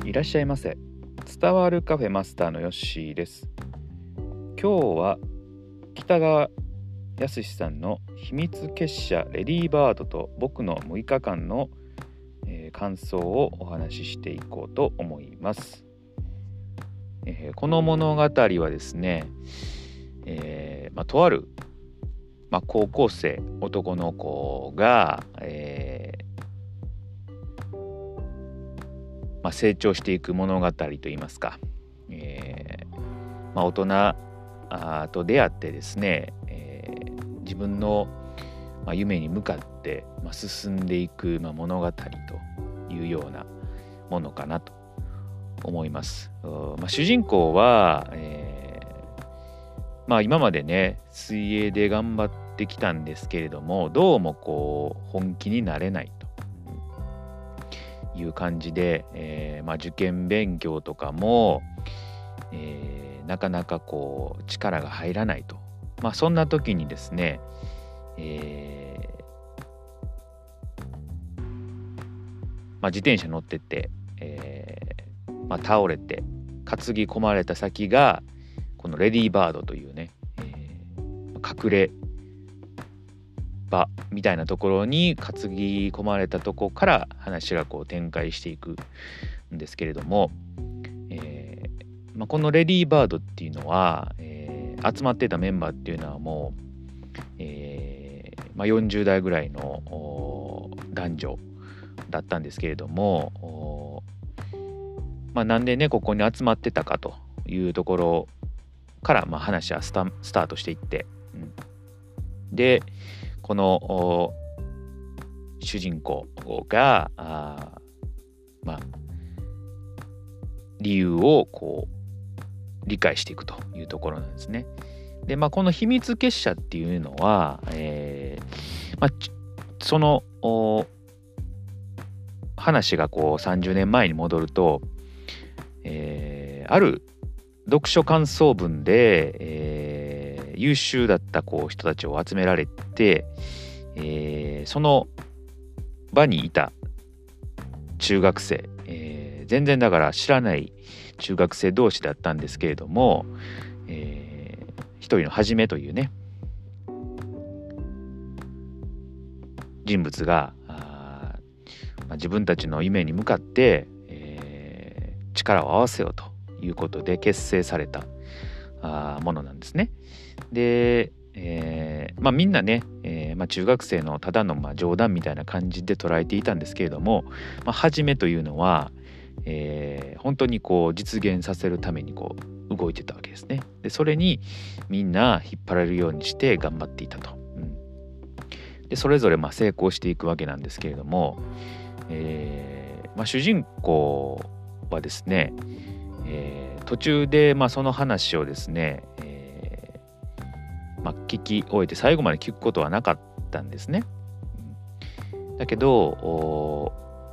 いらっしゃいませ。伝わるカフェマスターのヨッシーです。今日は北川康さんの秘密結社レディーバードと僕の6日間の、感想をお話ししていこうと思います。この物語はですね、とある、高校生男の子が、成長していく物語といいますか、大人と出会ってですね、自分の、夢に向かって、進んでいく、物語というようなものかなと思います。主人公は、今までね水泳で頑張ってきたんですけれども、どうも本気になれないという感じで、受験勉強とかも、なかなか力が入らないと、そんな時にですね、自転車乗ってて、倒れて担ぎ込まれた先がこのレディーバードというね、隠れ場みたいなところに担ぎ込まれたとこから話が展開していくんですけれども、このレディーバードっていうのは、集まってたメンバーっていうのはもう、40代ぐらいの男女だったんですけれども、なんでねここに集まってたかというところから、話はスタートしていって、でこの主人公が理由を理解していくというところなんですね。でこの秘密結社っていうのは、その話が30年前に戻ると、ある読書感想文で、優秀だった人たちを集められて、その場にいた中学生、全然だから知らない中学生同士だったんですけれども、一人のはじめというね人物が自分たちの夢に向かって、力を合わせようということで結成されたものなんですね。で、みんなね、中学生のただの冗談みたいな感じで捉えていたんですけれども、はじめというのは、本当に実現させるために動いてたわけですね。でそれにみんな引っ張られるようにして頑張っていたと。でそれぞれ成功していくわけなんですけれども、主人公はですね、途中でその話をですね、聞き終えて最後まで聞くことはなかったんですね。だけど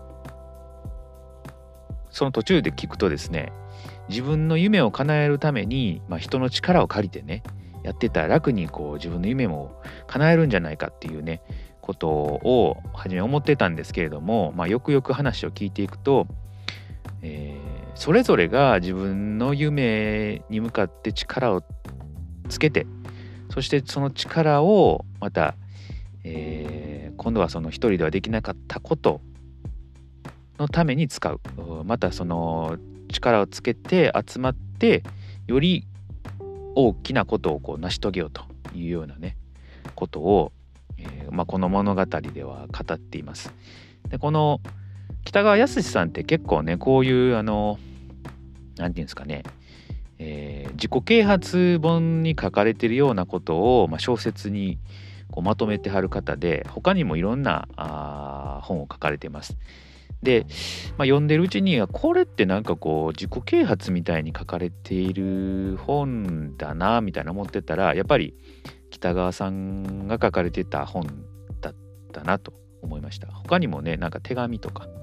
その途中で聞くとですね、自分の夢を叶えるために、人の力を借りてねやってたら楽に自分の夢も叶えるんじゃないかっていうねことを初め思ってたんですけれども、よくよく話を聞いていくと、それぞれが自分の夢に向かって力をつけて、そしてその力をまた、今度はその一人ではできなかったことのために使う、またその力をつけて集まってより大きなことを成し遂げようというようなねことを、この物語では語っています。でこの北川康さんって結構ねこういうなんていうんですかね、自己啓発本に書かれているようなことを、小説にまとめてはる方で、他にもいろんな本を書かれています。で、読んでるうちにはこれってなんか自己啓発みたいに書かれている本だなみたいな思ってたら、やっぱり北川さんが書かれてた本だったなと思いました。他にもねなんか手紙とか、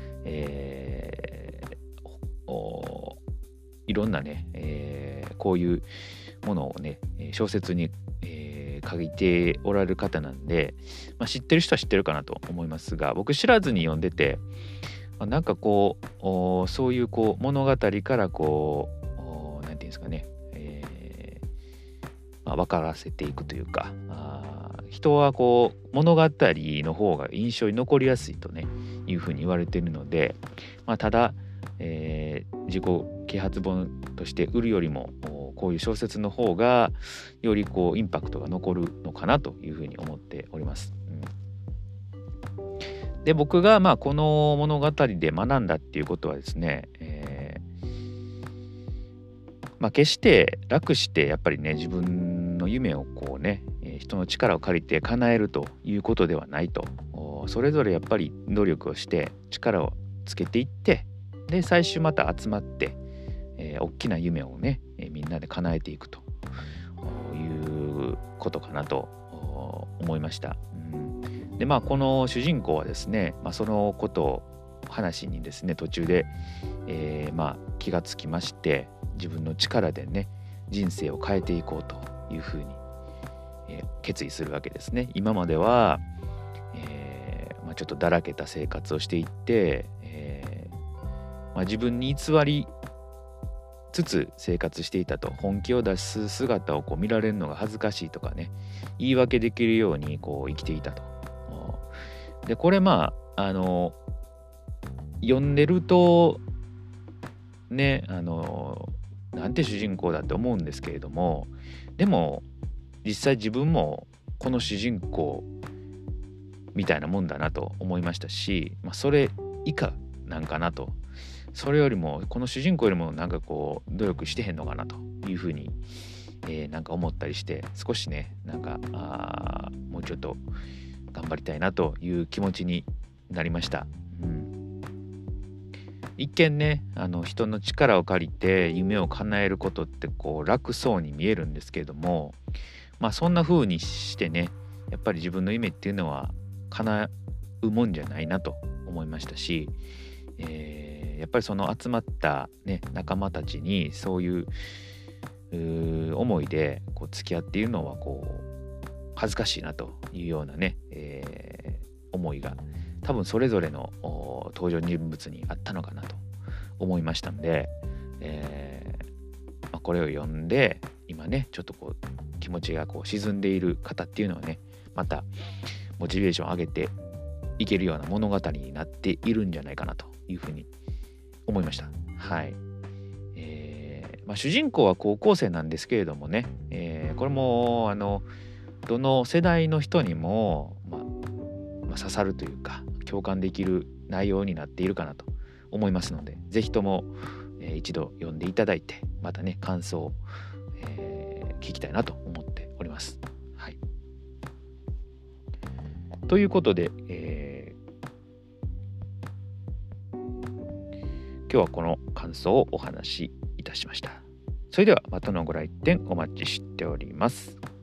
いろんなね、こういうものをね小説に、書いておられる方なんで、知ってる人は知ってるかなと思いますが、僕知らずに読んでてなんかこうそういうこう物語からこうなんていうんですかね、分からせていくというか、人はこう物語の方が印象に残りやすいとねいうふうに言われているので、ただ、自己啓発本として売るよりもこういう小説の方がよりこうインパクトが残るのかなというふうに思っております。で僕がこの物語で学んだっていうことはですね、決して楽してやっぱりね自分の夢をこうね、人の力を借りて叶えるということではないと。それぞれやっぱり努力をして力をつけていって、で最終また集まって、大きな夢をね、みんなで叶えていくということかなと思いました。でこの主人公はですね、そのことを話にですね途中で、気がつきまして、自分の力でね人生を変えていこうというふうに、決意するわけですね。今までは、ちょっとだらけた生活をしていって、自分に偽りつつ生活していたと。本気を出す姿をこう見られるのが恥ずかしいとかね、言い訳できるようにこう生きていたと。でこれ読んでるとねなんて主人公だって思うんですけれども、でも実際自分もこの主人公みたいなもんだなと思いましたし、それ以下なんかなと、それよりもこの主人公よりもなんかこう努力してへんのかなというふうに、なんか思ったりして、少しねなんかもうちょっと頑張りたいなという気持ちになりました。一見ね人の力を借りて夢を叶えることってこう楽そうに見えるんですけれども、そんな風にしてねやっぱり自分の夢っていうのは叶うもんじゃないなと思いましたし、やっぱりその集まったね仲間たちにそういう思いでこう付き合っているのはこう恥ずかしいなというようなね、思いが多分それぞれの登場人物にあったのかなと思いましたので、これを読んで今ねちょっとこう気持ちがこう沈んでいる方っていうのはねまたモチベーションを上げていけるような物語になっているんじゃないかなというふうに思いました。はい。主人公は高校生なんですけれどもね、これもどの世代の人にも、刺さるというか共感できる内容になっているかなと思いますので、ぜひとも、一度読んでいただいてまたね感想を、聞きたいなと思っております。はい。ということで、今日はこの感想をお話しいたしました。それではまたのご来店お待ちしております。